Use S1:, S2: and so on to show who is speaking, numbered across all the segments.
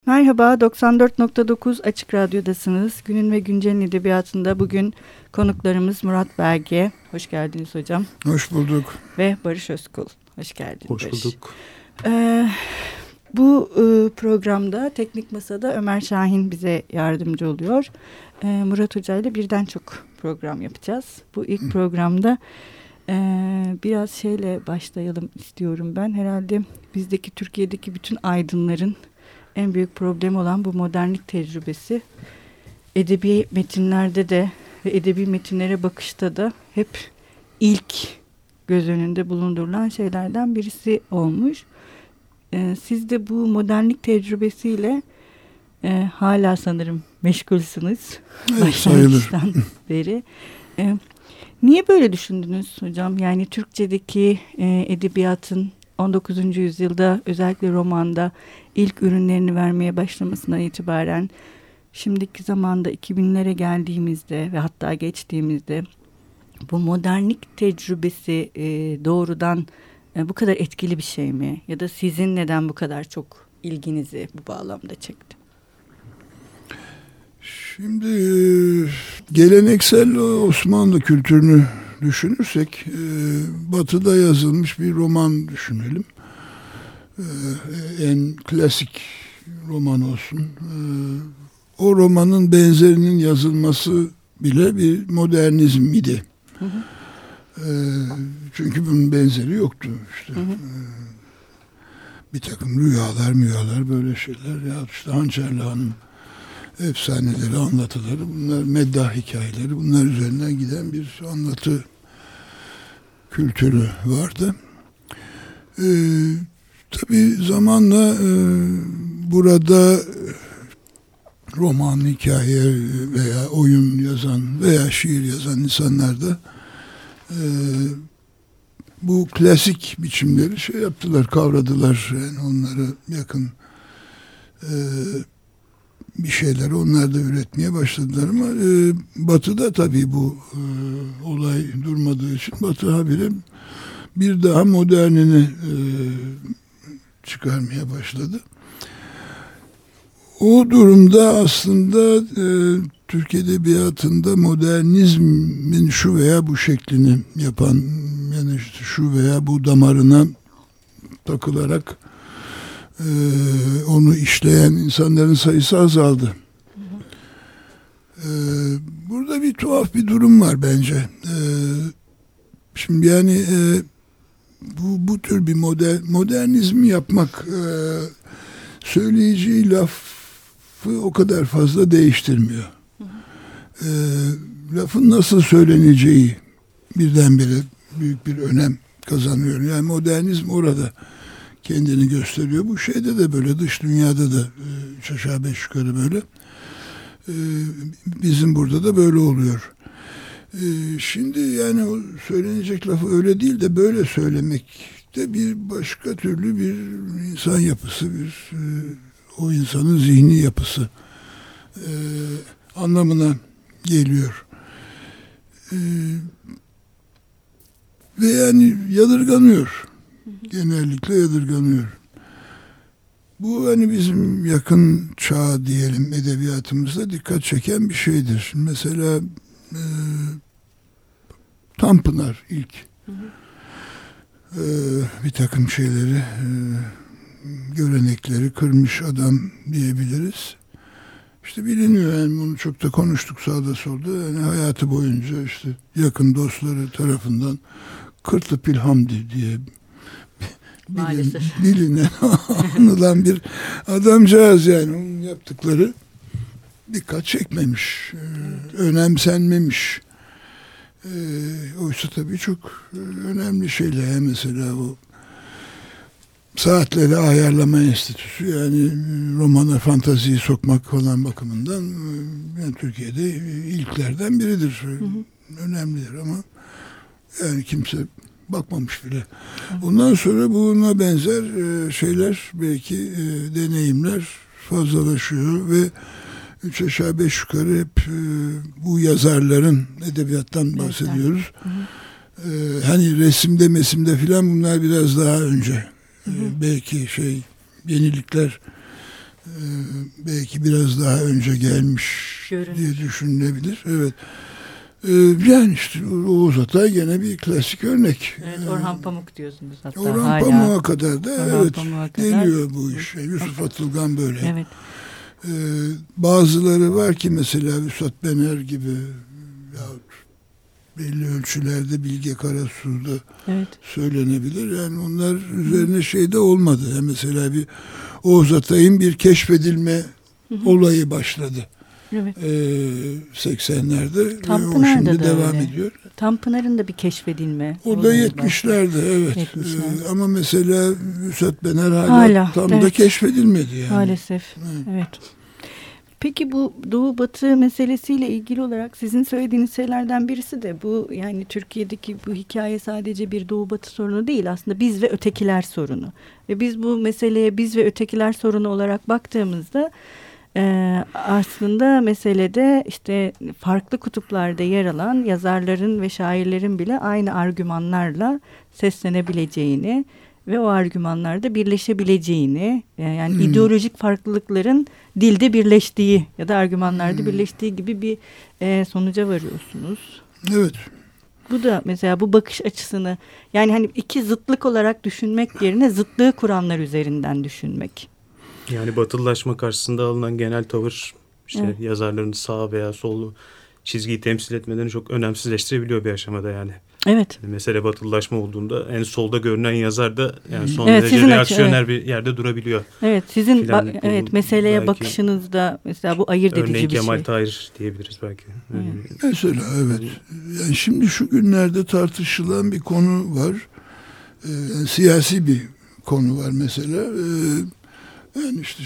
S1: Merhaba, 94.9 Açık Radyo'dasınız. Günün ve Güncel'in edebiyatında bugün konuklarımız Murat Belge. Hoş geldiniz hocam.
S2: Hoş bulduk.
S1: Ve Barış Özkul. Hoş geldiniz.
S3: Hoş bulduk.
S1: Bu programda Teknik Masa'da Ömer Şahin bize yardımcı oluyor. Murat Hoca ile birden çok program yapacağız. Bu ilk programda biraz şeyle başlayalım istiyorum ben. Herhalde bizdeki Türkiye'deki bütün aydınların en büyük problem olan bu modernlik tecrübesi edebi metinlerde de ve edebi metinlere bakışta da hep ilk göz önünde bulundurulan şeylerden birisi olmuş. Siz de bu modernlik tecrübesiyle hala sanırım meşgulsünüz.
S2: Evet, sayılır.
S1: Beri. Niye böyle düşündünüz hocam? Yani Türkçedeki edebiyatın 19. yüzyılda özellikle romanda ilk ürünlerini vermeye başlamasından itibaren şimdiki zamanda 2000'lere geldiğimizde ve hatta geçtiğimizde bu modernlik tecrübesi doğrudan bu kadar etkili bir şey mi? Ya da sizin neden bu kadar çok ilginizi bu bağlamda çekti?
S2: Şimdi geleneksel Osmanlı kültürünü düşünürsek Batı'da yazılmış bir roman düşünelim. En klasik roman olsun. O romanın benzerinin yazılması bile bir modernizm idi. Hı hı. Çünkü bunun benzeri yoktu işte. Hı hı. Bir takım rüyalar böyle şeyler ya işte Hançerli Hanım efsaneleri, anlatıları, bunlar meddah hikayeleri, bunlar üzerinden giden bir anlatı kültürü vardı. Tabii zamanla burada roman, hikaye veya oyun yazan veya şiir yazan insanlar da bu klasik biçimleri şey yaptılar, kavradılar. Yani onlara yakın bir şeyler onlar da üretmeye başladılar ama Batı'da tabii bu olay durmadığı için Batı habire bir daha modernini çıkarmaya başladı. O durumda aslında Türk Edebiyatı'nda modernizmin şu veya bu şeklini yapan, yani işte şu veya bu damarına takılarak onu işleyen insanların sayısı azaldı. Burada bir tuhaf bir durum var bence. Şimdi yani bu tür bir modernizmi yapmak söyleyeceği lafı o kadar fazla değiştirmiyor. Lafın nasıl söyleneceği birdenbire büyük bir önem kazanıyor. Yani modernizm orada kendini gösteriyor. Bu şeyde de böyle, dış dünyada da 3 aşağı 5 yukarı böyle. Bizim burada da böyle oluyor. Şimdi yani o söylenecek lafı öyle değil de böyle söylemek de bir başka türlü bir insan yapısı, o insanın zihni yapısı anlamına geliyor. Ve yani yadırganıyor. Genellikle yadırganıyor. Bu hani bizim yakın çağ diyelim edebiyatımızda dikkat çeken bir şeydir. Şimdi mesela Tanpınar ilk bir takım şeyleri görenekleri kırmış adam diyebiliriz. İşte biliniyor yani bunu çok da konuştuk sağda solda. Yani hayatı boyunca işte yakın dostları tarafından Kırtlı Pilhamdi diye bilinen, anılan bir adamcağız yani. Onun yaptıkları dikkat çekmemiş, önemsenmemiş. Oysa tabii çok önemli şeyler. Mesela o saatleri ayarlama enstitüsü, yani romana fantaziyi sokmak falan bakımından yani Türkiye'de ilklerden biridir. Hı hı. Önemlidir ama yani kimse bakmamış bile. Ondan sonra buna benzer şeyler, belki deneyimler fazlalaşıyor ve 3 aşağı 5 yukarı hep bu yazarların, edebiyattan bahsediyoruz. Hı hı. Hani resimde mesimde filan bunlar biraz daha önce. Hı hı. Belki yenilikler belki biraz daha önce gelmiş
S1: görünür
S2: diye düşünülebilir. Evet. Yani işte Oğuz Atay gene bir klasik örnek.
S1: Evet, Orhan Pamuk diyorsunuz hatta.
S2: Orhan Pamuk'a kadar da evet geliyor bu iş. Yusuf Atılgan böyle.
S1: Evet.
S2: Bazıları var ki mesela Vüsat Bener gibi ya belli ölçülerde Bilge Karasu'da söylenebilir. Yani onlar üzerine şey de olmadı. Yani mesela bir Oğuz Atay'ın bir keşfedilme olayı başladı.
S1: Evet.
S2: 80'lerde
S1: Tanpınar'da
S2: o şimdi
S1: da
S2: devam
S1: öyle.
S2: ediyor.
S1: Tanpınar'ın da bir keşfedilme.
S2: O da 70'lerde evet.
S1: 70'lerde.
S2: Ama mesela Vüsat Bener hala tam da keşfedilmedi yani.
S1: Maalesef. Evet. Peki bu Doğu Batı meselesiyle ilgili olarak sizin söylediğiniz şeylerden birisi de bu, yani Türkiye'deki bu hikaye sadece bir Doğu Batı sorunu değil, aslında biz ve ötekiler sorunu. Ve biz bu meseleye biz ve ötekiler sorunu olarak baktığımızda aslında meselede işte farklı kutuplarda yer alan yazarların ve şairlerin bile aynı argümanlarla seslenebileceğini ve o argümanlarda birleşebileceğini, yani ideolojik farklılıkların dilde birleştiği ya da argümanlarda birleştiği gibi bir sonuca varıyorsunuz.
S2: Evet.
S1: Bu da mesela bu bakış açısını, yani hani iki zıtlık olarak düşünmek yerine zıtlığı kuranlar üzerinden düşünmek.
S3: Yani batılılaşma karşısında alınan genel tavır işte yazarların sağ veya sol çizgiyi temsil etmelerini çok önemsizleştirebiliyor bir aşamada yani.
S1: Evet.
S3: Mesele batılılaşma olduğunda en solda görünen yazar da yani son derece reaksiyoner bir yerde durabiliyor.
S1: Evet, sizin meseleye bakışınızda mesela bu ayırt edici bir şey.
S3: Örneğin Kemal Tahir diyebiliriz belki.
S2: Mesela evet. Yani şimdi şu günlerde tartışılan bir konu var. Yani siyasi bir konu var mesela. Yani işte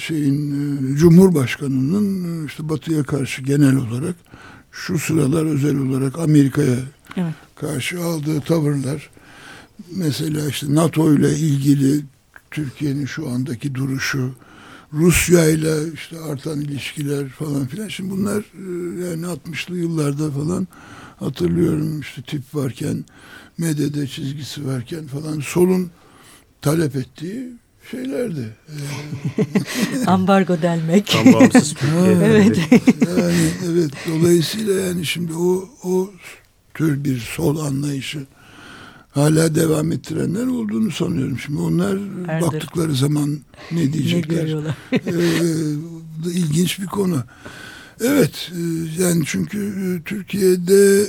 S2: Cumhurbaşkanı'nın işte Batı'ya karşı genel olarak şu sıralar özel olarak Amerika'ya karşı aldığı tavırlar, mesela işte NATO ile ilgili Türkiye'nin şu andaki duruşu, Rusya ile işte artan ilişkiler falan filan. Şimdi bunlar yani 60'lı yıllarda falan hatırlıyorum, işte tip varken, medyada çizgisi varken falan solun talep ettiği şeylerdi.
S1: Ambargo delmek.
S3: Tam bağımsız Türkiye.
S1: Evet.
S2: Yani evet, dolayısıyla yani şimdi o tür bir sol anlayışı hala devam ettirenler olduğunu sanıyorum. Şimdi onlar baktıkları zaman ne diyecekler?
S1: Ne görüyorlar?
S2: İlginç bir konu. Evet, yani çünkü Türkiye'de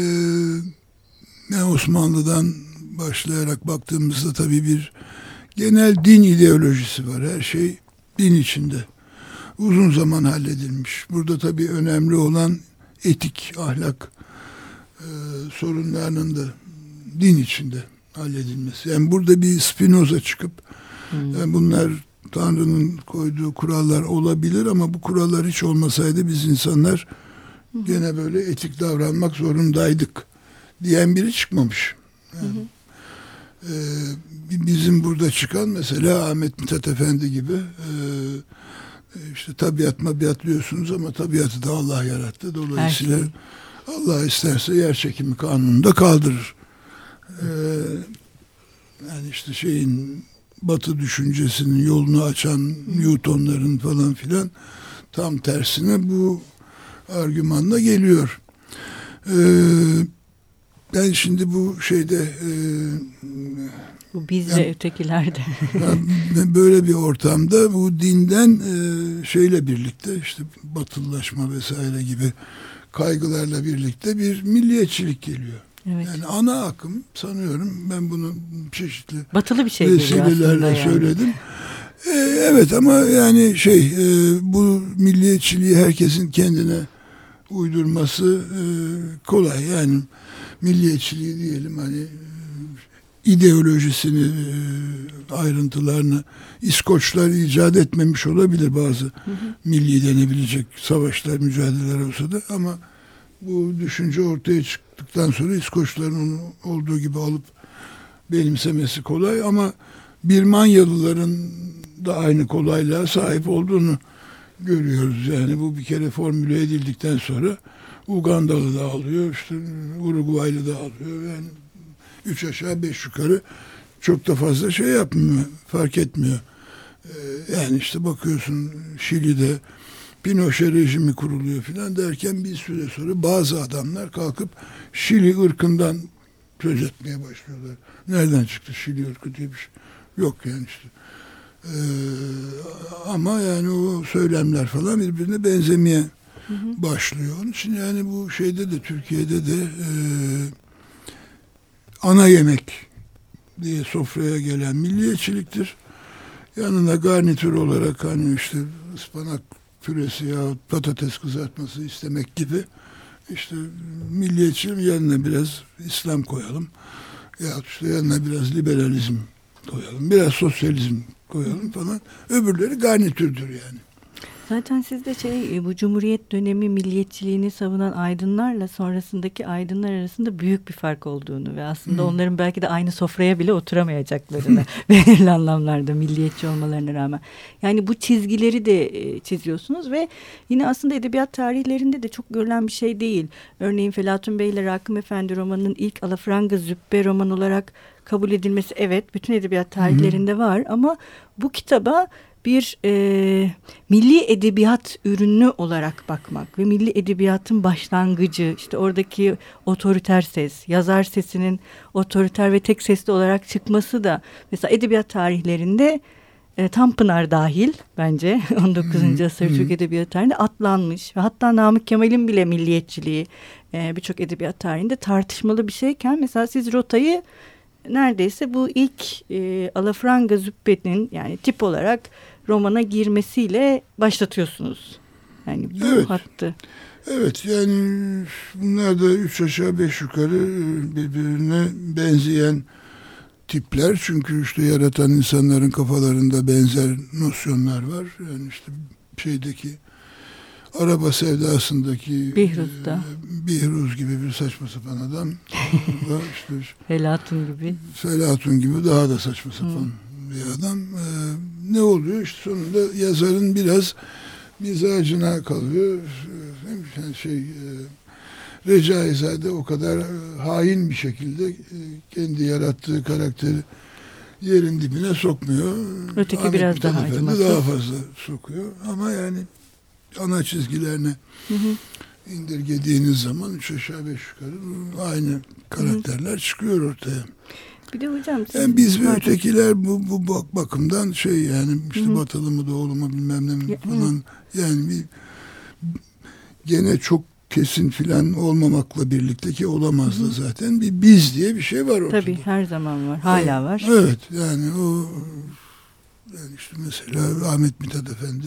S2: Osmanlı'dan başlayarak baktığımızda tabii bir genel din ideolojisi var. Her şey din içinde. Uzun zaman halledilmiş. Burada tabii önemli olan etik, ahlak sorunlarının da din içinde halledilmesi. Yani burada bir Spinoza çıkıp yani bunlar Tanrı'nın koyduğu kurallar olabilir ama bu kurallar hiç olmasaydı biz insanlar gene böyle etik davranmak zorundaydık diyen biri çıkmamış. Yani, bizim burada çıkan mesela Ahmet Mithat Efendi gibi işte tabiat diyorsunuz ama tabiatı da Allah yarattı. Dolayısıyla Allah isterse yer çekimi kanununu da kaldırır. Yani işte Batı düşüncesinin yolunu açan Newtonların falan filan tam tersine bu argümanla geliyor. Ben şimdi bu
S1: bu biz ve ötekilerde.
S2: Böyle bir ortamda bu dinden şeyle birlikte işte batılılaşma vesaire gibi kaygılarla birlikte bir milliyetçilik geliyor. Evet. Yani ana akım sanıyorum, ben bunu çeşitli
S1: batılı bir şey vesilelerle
S2: söyledim. Evet ama yani bu milliyetçiliği herkesin kendine uydurması kolay. Yani milliyetçiliği diyelim hani ideolojisini, ayrıntılarını İskoçlar icat etmemiş olabilir, bazı milli denebilecek savaşlar, mücadeleler olsa da, ama bu düşünce ortaya çıktıktan sonra İskoçların onu olduğu gibi alıp benimsemesi kolay, ama Birmanyalıların da aynı kolaylığa sahip olduğunu görüyoruz. Yani bu bir kere formüle edildikten sonra Ugandalı da alıyor, işte Uruguaylı da alıyor. Yani 3 aşağı 5 yukarı çok da fazla yapmıyor, fark etmiyor. Yani işte bakıyorsun Şili'de Pinochet rejimi kuruluyor filan derken bir süre sonra bazı adamlar kalkıp Şili ırkından söz etmeye başlıyorlar. Nereden çıktı Şili ırkı diye bir şey yok yani işte. Ama yani o söylemler falan birbirine benzemeye başlıyor. Onun için yani bu şeyde de Türkiye'de de ana yemek diye sofraya gelen milliyetçiliktir. Yanına garnitür olarak hani işte ıspanak püresi ya patates kızartması istemek gibi işte milliyetçiliğin yanına biraz İslam koyalım. Ya işte yanına biraz liberalizm koyalım. Biraz sosyalizm koyalım falan. Öbürleri garnitürdür yani.
S1: Zaten siz de bu Cumhuriyet dönemi milliyetçiliğini savunan aydınlarla sonrasındaki aydınlar arasında büyük bir fark olduğunu ve aslında onların belki de aynı sofraya bile oturamayacaklarını belirli anlamlarda milliyetçi olmalarına rağmen. Yani bu çizgileri de çiziyorsunuz ve yine aslında edebiyat tarihlerinde de çok görülen bir şey değil. Örneğin Felatun Bey ile Rakım Efendi romanının ilk alafranga züppe roman olarak kabul edilmesi evet bütün edebiyat tarihlerinde var ama bu kitaba bir milli edebiyat ürünü olarak bakmak ve milli edebiyatın başlangıcı işte oradaki otoriter ses, yazar sesinin otoriter ve tek sesli olarak çıkması da mesela edebiyat tarihlerinde Tanpınar dahil bence 19. asır Türk edebiyat tarihinde atlanmış ve hatta Namık Kemal'in bile milliyetçiliği birçok edebiyat tarihinde tartışmalı bir şeyken mesela siz rotayı neredeyse bu ilk alafranga züppenin yani tip olarak romana girmesiyle başlatıyorsunuz. Yani bu
S2: evet.
S1: hattı.
S2: Evet yani bunlar da 3 aşağı 5 yukarı birbirine benzeyen tipler. Çünkü işte yaratan insanların kafalarında benzer nosyonlar var. Yani işte şeydeki araba sevdasındaki Bihruz gibi bir saçma sapan adam işte Felatun gibi daha da saçma sapan bir adam. Ne oluyor? İşte sonunda yazarın biraz mizacına kalıyor. Yani Recaizade o kadar hain bir şekilde kendi yarattığı karakteri yerin dibine sokmuyor.
S1: Öteki
S2: Ahmet
S1: biraz
S2: Mithat
S1: daha
S2: Efendi daha fazla sokuyor. Ama yani ana çizgilerine indirgediğiniz zaman 3 aşağı 5 yukarı aynı karakterler çıkıyor ortaya.
S1: Bir de hocam
S2: yani biz ve ötekiler bu bakımdan yani işte batılı mı doğulu mu bilmem ne mi falan yani gene çok kesin filan olmamakla birlikte ki olamaz da zaten bir biz diye bir şey var ortada.
S1: Tabii her zaman var. Hala var.
S2: Evet yani o yani işte mesela Ahmet Mithat Efendi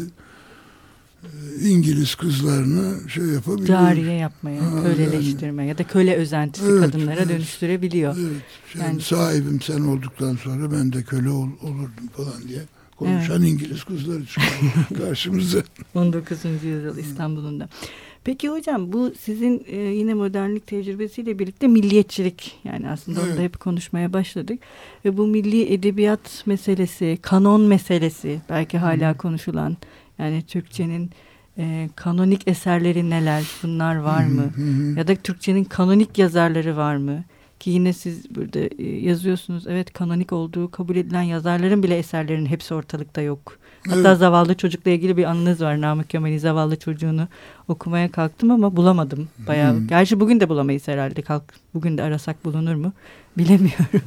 S2: İngiliz kızlarını yapabiliyor.
S1: Cariye yapmaya, köleleştirme ya da köle özentisi kadınlara dönüştürebiliyor.
S2: Evet. Yani sahibim sen olduktan sonra ben de köle olurdum falan diye konuşan İngiliz kızları çıkıyor karşımıza.
S1: 19. yüzyıl İstanbul'un da. Peki hocam bu sizin yine modernlik tecrübesiyle birlikte milliyetçilik yani aslında onu da hep konuşmaya başladık. Ve bu milli edebiyat meselesi, kanon meselesi belki hala konuşulan yani Türkçenin kanonik eserleri neler bunlar var mı? Ya da Türkçenin kanonik yazarları var mı? Ki yine siz burada yazıyorsunuz evet kanonik olduğu kabul edilen yazarların bile eserlerinin hepsi ortalıkta yok. Hatta zavallı çocukla ilgili bir anınız var. Namık Kemal'in zavallı çocuğunu okumaya kalktım ama bulamadım. Bayağı. Gerçi bugün de bulamayız herhalde. Bugün de arasak bulunur mu? Bilemiyorum.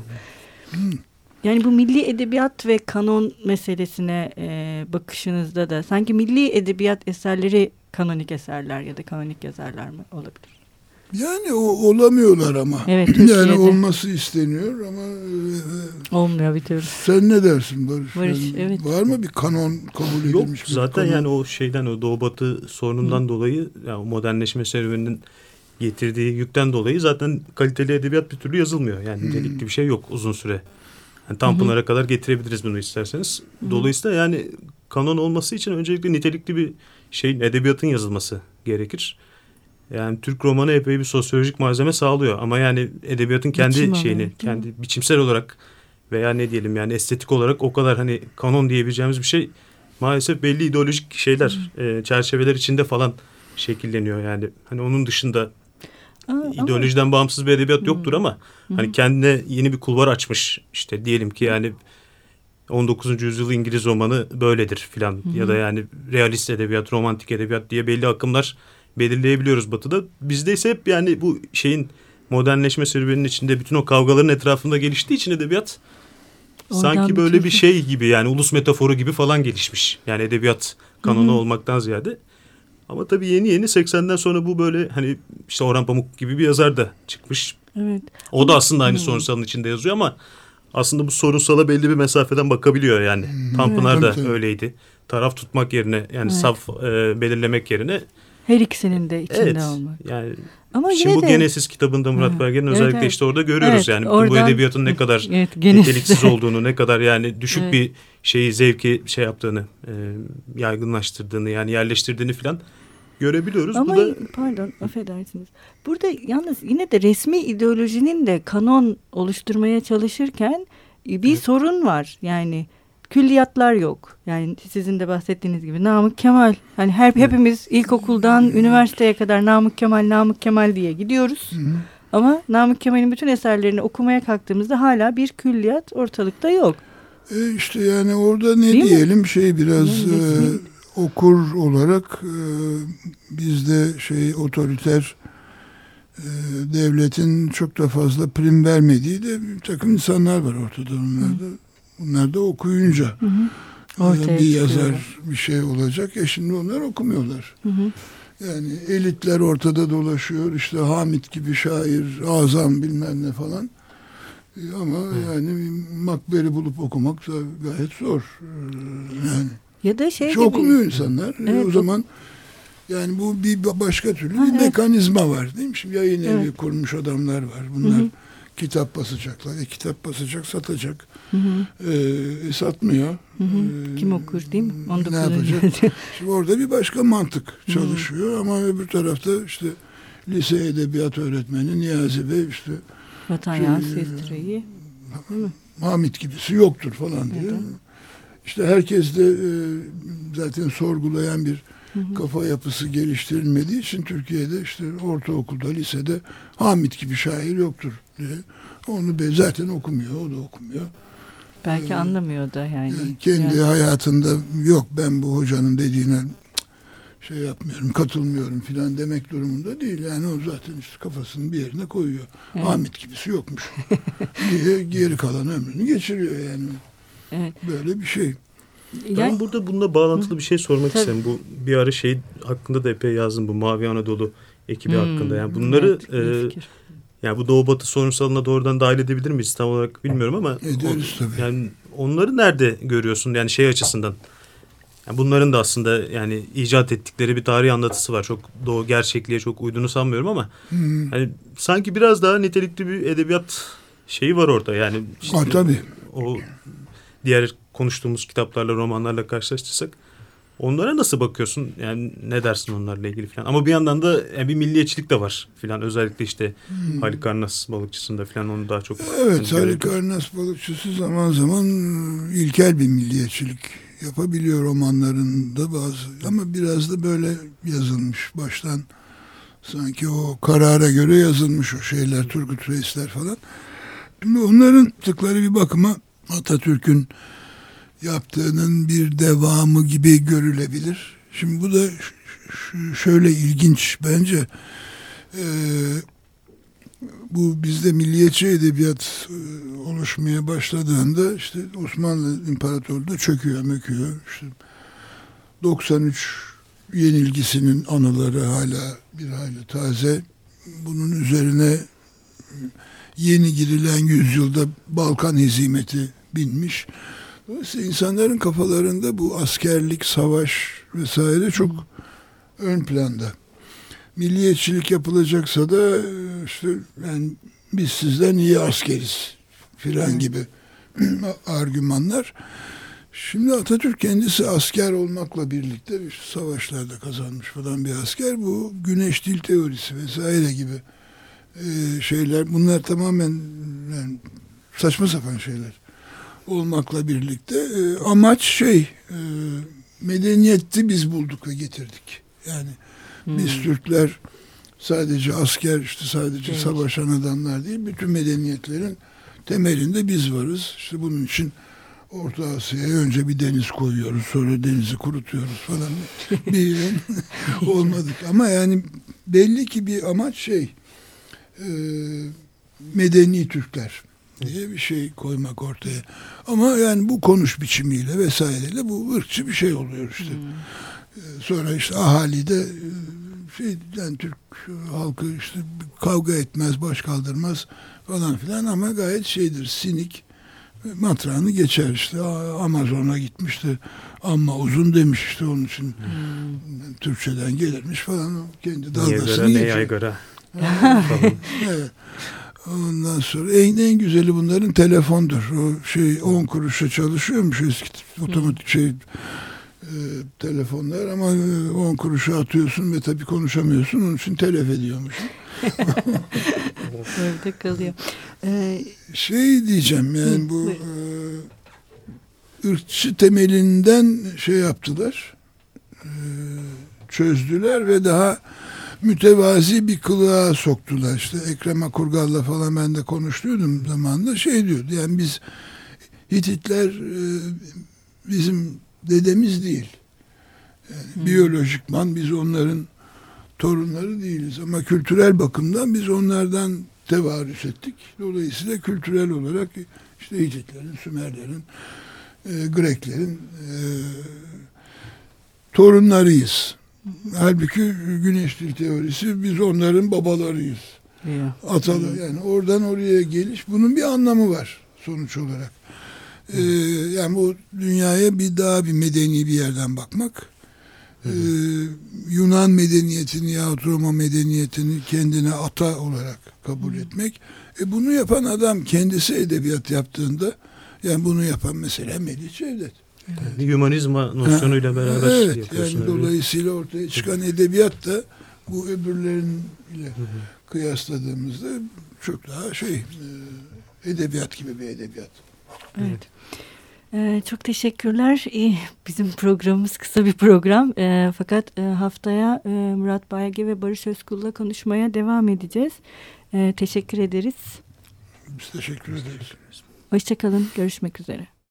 S1: Yani bu milli edebiyat ve kanon meselesine bakışınızda da sanki milli edebiyat eserleri kanonik eserler ya da kanonik yazarlar mı olabilir?
S2: Yani olamıyorlar ama.
S1: Evet,
S2: yani olması isteniyor ama
S1: olmuyor bir türlü.
S2: Sen ne dersin Barış?
S1: Evet.
S2: Var mı bir kanon kabul edilmiş?
S3: Yok zaten yani o o Doğu Batı sorunundan dolayı yani modernleşme serüveninin getirdiği yükten dolayı zaten kaliteli edebiyat bir türlü yazılmıyor. Yani nitelikli bir şey yok uzun süre. Yani Tanpınar'a kadar getirebiliriz bunu isterseniz. Dolayısıyla yani kanon olması için öncelikle nitelikli bir edebiyatın yazılması gerekir. Yani Türk romanı epey bir sosyolojik malzeme sağlıyor ama yani edebiyatın kendi kendi biçimsel olarak veya ne diyelim yani estetik olarak o kadar hani kanon diyebileceğimiz bir şey maalesef belli ideolojik şeyler çerçeveler içinde falan şekilleniyor yani. Hani onun dışında ideolojiden bağımsız bir edebiyat yoktur ama hani kendine yeni bir kulvar açmış işte diyelim ki yani 19. yüzyıl İngiliz romanı böyledir filan ya da yani realist edebiyat, romantik edebiyat diye belli akımlar belirleyebiliyoruz Batı'da. Bizde ise hep yani bu şeyin modernleşme serüveninin içinde bütün o kavgaların etrafında geliştiği için edebiyat
S1: oradan
S3: sanki böyle bir şey gibi yani ulus metaforu gibi falan gelişmiş. Yani edebiyat kanonu olmaktan ziyade. Ama tabii yeni 80'den sonra bu böyle hani işte Orhan Pamuk gibi bir yazar da çıkmış.
S1: Evet.
S3: O da aslında aynı sorunsalın içinde yazıyor ama aslında bu sorunsala belli bir mesafeden bakabiliyor yani. Tanpınar da öyleydi. Taraf tutmak yerine yani saf belirlemek yerine.
S1: Her ikisinin de içinde olmak.
S3: Yani
S1: ama
S3: şimdi bu Genesis kitabında Murat Belge'nin özellikle işte orada görüyoruz yani. Oradan, bu edebiyatın ne kadar niteliksiz olduğunu, ne kadar yani düşük bir şeyi, zevki şey yaptığını, yaygınlaştırdığını yani yerleştirdiğini filan görebiliyoruz.
S1: Ama
S3: bu da
S1: pardon affedersiniz. Burada yalnız yine de resmi ideolojinin de kanon oluşturmaya çalışırken bir sorun var. Yani külliyatlar yok. Yani sizin de bahsettiğiniz gibi Namık Kemal. Hani hepimiz ilkokuldan üniversiteye kadar Namık Kemal diye gidiyoruz. Ama Namık Kemal'in bütün eserlerini okumaya kalktığımızda hala bir külliyat ortalıkta yok.
S2: İşte yani orada ne değil diyelim mi? Biraz okur olarak bizde otoriter devletin çok da fazla prim vermediği de bir takım insanlar var ortada onlarda. Bunlar da okuyunca bir yazar bir şey olacak. Şimdi onlar okumuyorlar. Yani elitler ortada dolaşıyor. İşte Hamit gibi şair, azam bilmem ne falan. Ama yani Makber'i bulup okumak da gayet zor. Yani
S1: ya da
S2: hiç okumuyor insanlar.
S1: Evet.
S2: O zaman yani bu bir başka türlü bir mekanizma var değil mi? Şimdi yayın evi kurmuş adamlar var. Bunlar kitap basacaklar. Kitap basacak, satacak. Satmıyor.
S1: Kim okur değil mi?
S2: Ne yapacak? Şimdi orada bir başka mantık çalışıyor ama öbür tarafta işte lise edebiyat öğretmeni Niyazi Bey işte
S1: Vatan Yansıtırı'yı
S2: Hamit gibisi yoktur falan diyor. İşte herkes de zaten sorgulayan bir kafa yapısı geliştirilmediği için Türkiye'de işte ortaokulda, lisede Hamit gibi şair yoktur diye. Onu zaten okumuyor, o da okumuyor.
S1: Belki anlamıyor da yani.
S2: Kendi hayatında yok ben bu hocanın dediğine şey yapmıyorum, katılmıyorum filan demek durumunda değil. Yani o zaten işte kafasını bir yerine koyuyor. Hamit gibisi yokmuş diye geri kalan ömrünü geçiriyor yani. Böyle bir şey.
S3: Ben burada bununla bağlantılı bir şey sormak istedim. Bu bir ara şey hakkında da epey yazdım bu Mavi Anadolu ekibi hakkında. Yani bunları yani bu Doğu Batı sorunsalına doğrudan dahil edebilir miyiz tam olarak bilmiyorum ama
S2: ederiz tabii.
S3: Yani onları nerede görüyorsun yani şey açısından? Yani bunların da aslında yani icat ettikleri bir tarih anlatısı var. Çok doğu gerçekliğe çok uyduğunu sanmıyorum ama yani sanki biraz daha nitelikli bir edebiyat şeyi var orada. Yani işte
S2: tabii.
S3: O diğer konuştuğumuz kitaplarla, romanlarla karşılaştırsak onlara nasıl bakıyorsun? Yani ne dersin onlarla ilgili falan? Ama bir yandan da bir milliyetçilik de var filan. Özellikle işte Halikarnas balıkçısında filan onu daha çok...
S2: Evet, Halikarnas balıkçısı zaman zaman ilkel bir milliyetçilik yapabiliyor romanlarında bazı. Ama biraz da böyle yazılmış baştan. Sanki o karara göre yazılmış o şeyler, Turgut Reisler falan. Şimdi onların tıkları bir bakıma Atatürk'ün yaptığının bir devamı gibi görülebilir. Şimdi bu da şöyle ilginç bence. Bu bizde milliyetçi edebiyat oluşmaya başladığında işte Osmanlı İmparatorluğu çöküyor, möküyor. İşte 93 yenilgisinin anıları hala bir hayli taze. Bunun üzerine yeni girilen yüzyılda Balkan hezimeti binmiş. Dolayısıyla insanların kafalarında bu askerlik, savaş vesaire çok ön planda. Milliyetçilik yapılacaksa da işte yani biz sizden iyi askeriz filan gibi argümanlar. Şimdi Atatürk kendisi asker olmakla birlikte savaşlarda kazanmış falan bir asker. Bu güneş dil teorisi vesaire gibi şeyler bunlar tamamen yani saçma sapan şeyler olmakla birlikte amaç medeniyeti biz bulduk ve getirdik. Yani biz Türkler sadece asker işte sadece savaşan adamlar değil bütün medeniyetlerin temelinde biz varız. İşte bunun için Orta Asya'ya önce bir deniz koyuyoruz, sonra denizi kurutuyoruz falan. Bir olmadık. Ama yani belli ki bir amaç medeni Türkler diye bir şey koymak ortaya. Ama yani bu konuş biçimiyle vesaireyle bu ırkçı bir şey oluyor işte. Sonra işte ahali de yani Türk halkı işte kavga etmez, baş kaldırmaz falan filan ama gayet sinik. Matrağını geçer işte. Amazon'a gitmişti. Ama uzun demiş işte onun için. Türkçeden gelirmiş falan. Kendi dalgasını geçer.
S3: Ne yaygara.
S2: Evet. Ondan sonra en güzeli bunların telefondur. O 10 kuruşa çalışıyormuş eski otomatik telefonlar ama 10 kuruşa atıyorsun ve tabii konuşamıyorsun. Onun için telef ediyormuş.
S1: Orada kalıyor.
S2: Diyeceğim yani bu ırkçı temelinden yaptılar. Çözdüler ve daha mütevazi bir kılığa soktular. İşte Ekrem Akurgal'la falan ben de konuştuydum zamanında diyordu. Yani biz Hititler bizim dedemiz değil. Yani biyolojikman biz onların torunları değiliz ama kültürel bakımdan biz onlardan tevarüs ettik. Dolayısıyla kültürel olarak işte Hititlerin, Sümerlerin, Greklerin torunlarıyız. Halbuki güneş dil teorisi biz onların babalarıyız. Atalı yani oradan oraya geliş bunun bir anlamı var sonuç olarak. Yani bu dünyaya bir medeni bir yerden bakmak. Yunan medeniyetini yahut Roma medeniyetini kendine ata olarak kabul etmek. Bunu yapan adam kendisi edebiyat yaptığında yani bunu yapan mesela Melih Cevdet.
S3: Yani hümanizma nosyonuyla beraber yapıyorsun.
S2: Yani dolayısıyla ortaya çıkan edebiyat da bu öbürleriyle kıyasladığımızda çok daha edebiyat gibi bir edebiyat.
S1: Evet. Çok teşekkürler. Bizim programımız kısa bir program. Fakat haftaya Murat Baygı ve Barış Özkul'la konuşmaya devam edeceğiz. Teşekkür ederiz.
S2: Biz teşekkür ederiz.
S1: Hoşça kalın. Görüşmek üzere.